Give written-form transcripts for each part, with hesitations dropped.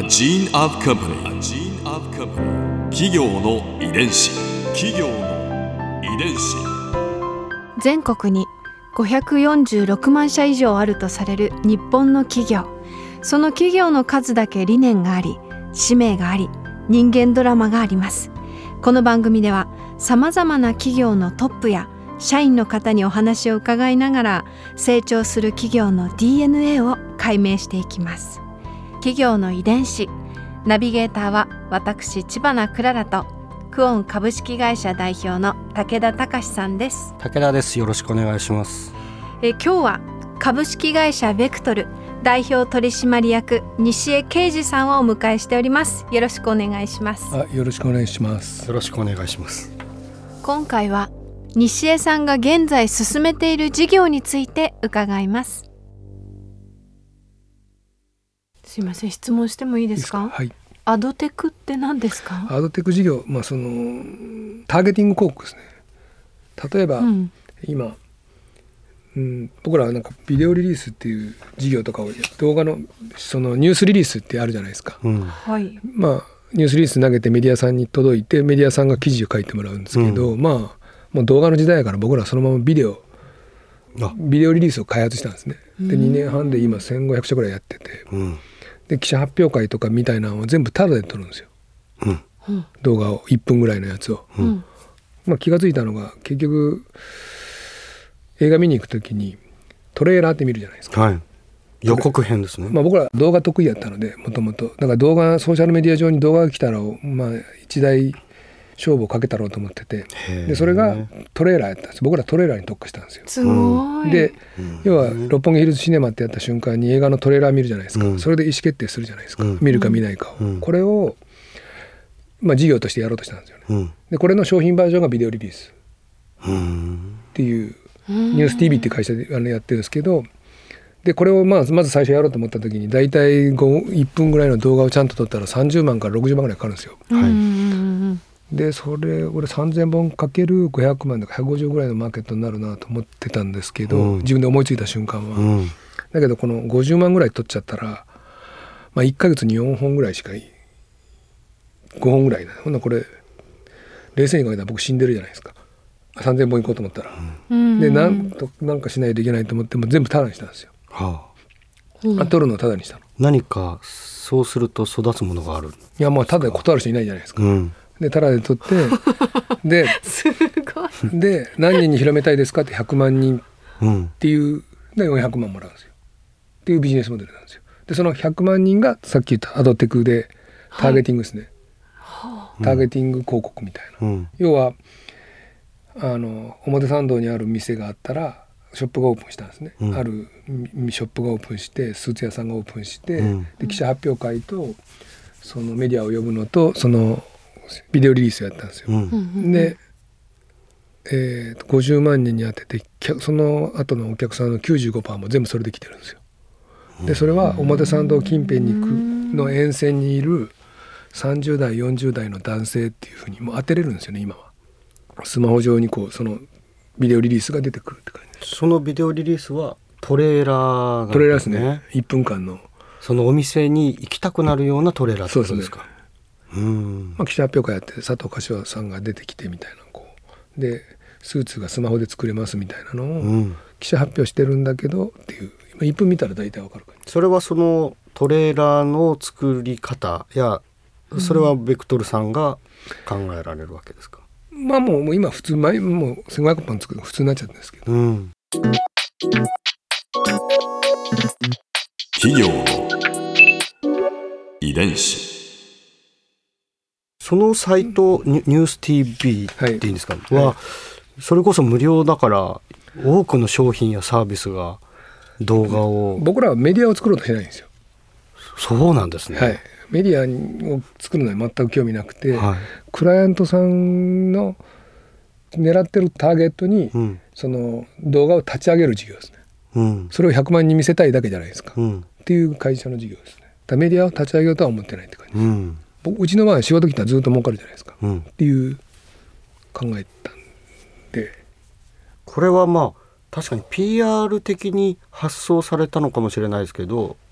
gene of company. A gene of company. 企業の遺伝子。企業の遺伝子。 全国に546万社以上あるとされる日本の企業。その企業の数だけ理念があり、使命があり、人間ドラマがあります。この番組ではさまざまな企業のトップや社員の方にお話を伺いながら、成長する企業の DNA を解明していきます。企業の遺伝子。ナビゲーターは私知花くららと、クオン株式会社代表の武田隆さんです。 武田です。よろしくお願いします。 今日は株式会社ベクトル代表取締役西江啓二さんをお迎えしております。よろしくお願いします。 よろしくお願いします。 よろしくお願いします。 今回は西江さんが現在進めている事業について伺います。すいません、質問してもいいですか？ はい。 アドテクって何ですか？ アドテク事業、そのターゲティング広告ですね。例えば、今、僕らはなんかビデオリリースっていう事業とかを、動画のそのニュースリリースってあるじゃないですか。 はい。 ニュースリリース投げてメディアさんに届いて、メディアさんが記事を書いてもらうんですけど、もう動画の時代やから、僕らはそのままビデオリリースを開発したんですね。で2年半で今1500社ぐらいやってて、で記者発表会とかみたいなのを全部タダで撮るんですよ。動画を1分ぐらいのやつを。気がついたのが、結局映画見に行くときにトレーラーって見るじゃないですか。 はい、予告編ですね。 僕ら動画得意やったので、もともとだから動画、ソーシャルメディア上に動画が来たら、一大勝負をかけたろうと思ってて、でそれがトレーラーやったんです。僕らトレーラーに特化したんですよ。 すごい。 で、要は六本木ヒルズシネマってやった瞬間に映画のトレーラー見るじゃないですか。それで意思決定するじゃないですか。見るか見ないかを。これを事業としてやろうとしたんですよね。でこれの商品バージョンがビデオリリースっていうニュース TV っていう会社でやってるんですけど、でこれをまず最初やろうと思った時に、だいたい1分ぐらいの動画をちゃんと撮ったら30万から60万ぐらいかかるんですよ。でそれ俺3000本かける500万とか150ぐらいのマーケットになるなと思ってたんですけど、自分で思いついた瞬間は、だけどこの50万ぐらい取っちゃったら、1ヶ月に4本ぐらいしか5本ぐらいな、ほんなこれ冷静に考えたら僕死んでるじゃないですか。3000本行こうと思ったら、でなんかしないといけないと思っても全部タダにしたんですよ。取るのをタダにしたの。何かそうすると育つものがある？ いや、タダで断る人いないじゃないですか。でタダで取ってですごい。で何人に広めたいですかって100万人っていうで400万もらうんですよっていうビジネスモデルなんですよ。でその100万人がさっき言ったアドテクでターゲティングですね。ターゲティング広告みたいな。要は表参道にある店があったらショップがオープンしたんですね。あるショップがオープンして、スーツ屋さんがオープンして、で記者発表会とそのメディアを呼ぶのとそのビデオリリースをやったんですよ。で、50万人に当てて、その後のお客さんの 95% も全部それで来てるんですよ。でそれは表参道近辺の沿線にいる30代40代の男性っていうふうにもう当てれるんですよね。今はスマホ上にそのビデオリリースが出てくるって感じです。 そのビデオリリースはトレーラーなんですね。 トレーラーですね。1分間のそのお店に行きたくなるようなトレーラーってことですか？ 記者発表会やって佐藤柏さんが出てきてみたいな、でスーツがスマホで作れますみたいなのを記者発表してるんだけどっていう、1分見たら大体わかる感じ。 それはそのトレーラーの作り方や、それはベクトルさんが考えられるわけですか？ もう今普通もう1500本作るの普通になっちゃったんですけど、 企業の遺伝子。 そのサイトニュース TV っていうんですか、はそれこそ無料だから多くの商品やサービスが動画を、 僕らはメディアを作ろうとしないんですよ。 そうなんですね。 メディアを作るのに全く興味なくて、クライアントさんの狙ってるターゲットに、その動画を立ち上げる事業ですね。それを100万人見せたいだけじゃないですか、っていう会社の事業ですね。だメディアを立ち上げようとは思ってないって感じです。うちの場合仕事来たらずっと儲かるじゃないですか、っていう考えたんで、 これは確かに PR 的に発想されたのかもしれないですけど、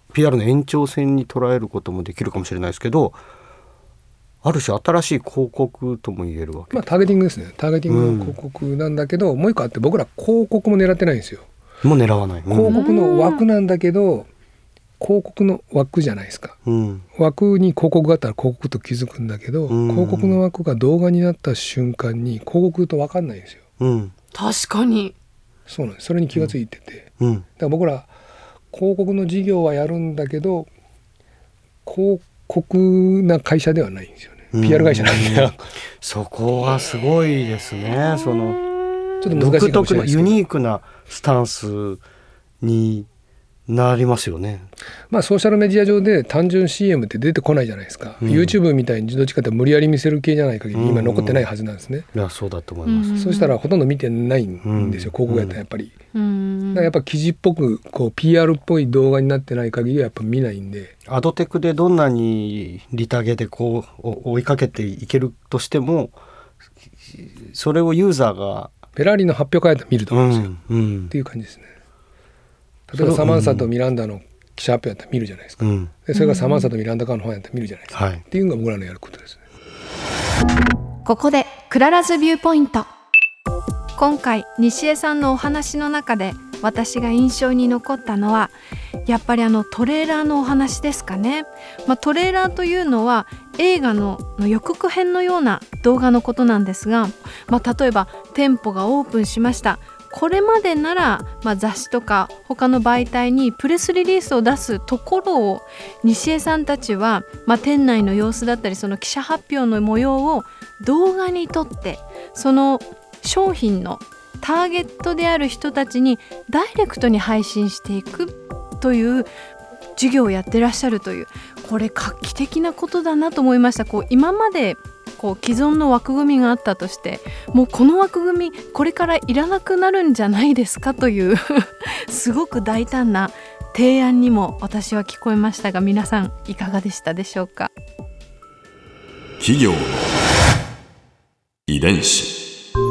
PR の延長線に捉えることもできるかもしれないですけど、ある種新しい広告とも言えるわけです。 ターゲティングですね。ターゲティングの広告なんだけど、もう一個あって、僕ら広告も狙ってないんですよ。 もう狙わない、 広告の枠なんだけど、広告の枠じゃないですか、枠に広告があったら広告と気づくんだけど、広告の枠が動画になった瞬間に広告と分かんないんですよ。 確かにそうなんです。それに気がついてて、だから僕ら広告の事業はやるんだけど広告な会社ではないんですよね。PR 会社なんでそこはすごいですね。そのちょっと難しいかもしれないですけど、 独特のユニークなスタンスになりますよね。 ソーシャルメディア上で単純 CM って出てこないじゃないですか、YouTube みたいにどっちかって無理やり見せる系じゃない限り今残ってないはずなんですね。 いやそうだと思います。 そうしたらほとんど見てないんですよ、広告やったらやっぱり。だからやっぱ記事っぽくPR っぽい動画になってない限りはやっぱ見ないんで、 アドテクでどんなに利タゲで追いかけていけるとしても、それをユーザーがフェラーリの発表会やったら見ると思うんですよ、っていう感じですね。例えばサマンサとミランダの記者発表やったら見るじゃないですか、でそれがサマンサとミランダからのファンやったら見るじゃないですか、っていうのが僕らのやることですね。 ここでクララズビューポイント。今回西江さんのお話の中で私が印象に残ったのはやっぱりトレーラーのお話ですかね。トレーラーというのは映画の予告編のような動画のことなんですが、例えば店舗がオープンしました。これまでなら、雑誌とか他の媒体にプレスリリースを出すところを西江さんたちは、店内の様子だったりその記者発表の模様を動画に撮ってその商品のターゲットである人たちにダイレクトに配信していくという授業をやってらっしゃるという、これ画期的なことだなと思いました。今まで既存の枠組みがあったとしてもうこの枠組みこれからいらなくなるんじゃないですかというすごく大胆な提案にも私は聞こえましたが、皆さんいかがでしたでしょうか。 企業の遺伝子。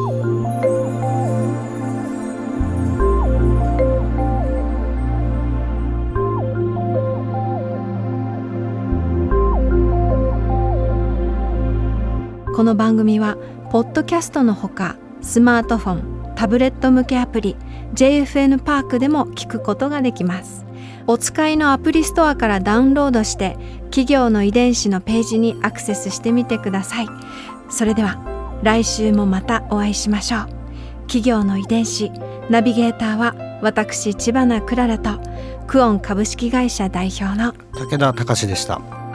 この番組はポッドキャストのほかスマートフォン、タブレット向けアプリ JFN パークでも聞くことができます。お使いのアプリストアからダウンロードして企業の遺伝子のページにアクセスしてみてください。それでは来週もまたお会いしましょう。企業の遺伝子ナビゲーターは私知花くららとクオン株式会社代表の武田隆でした。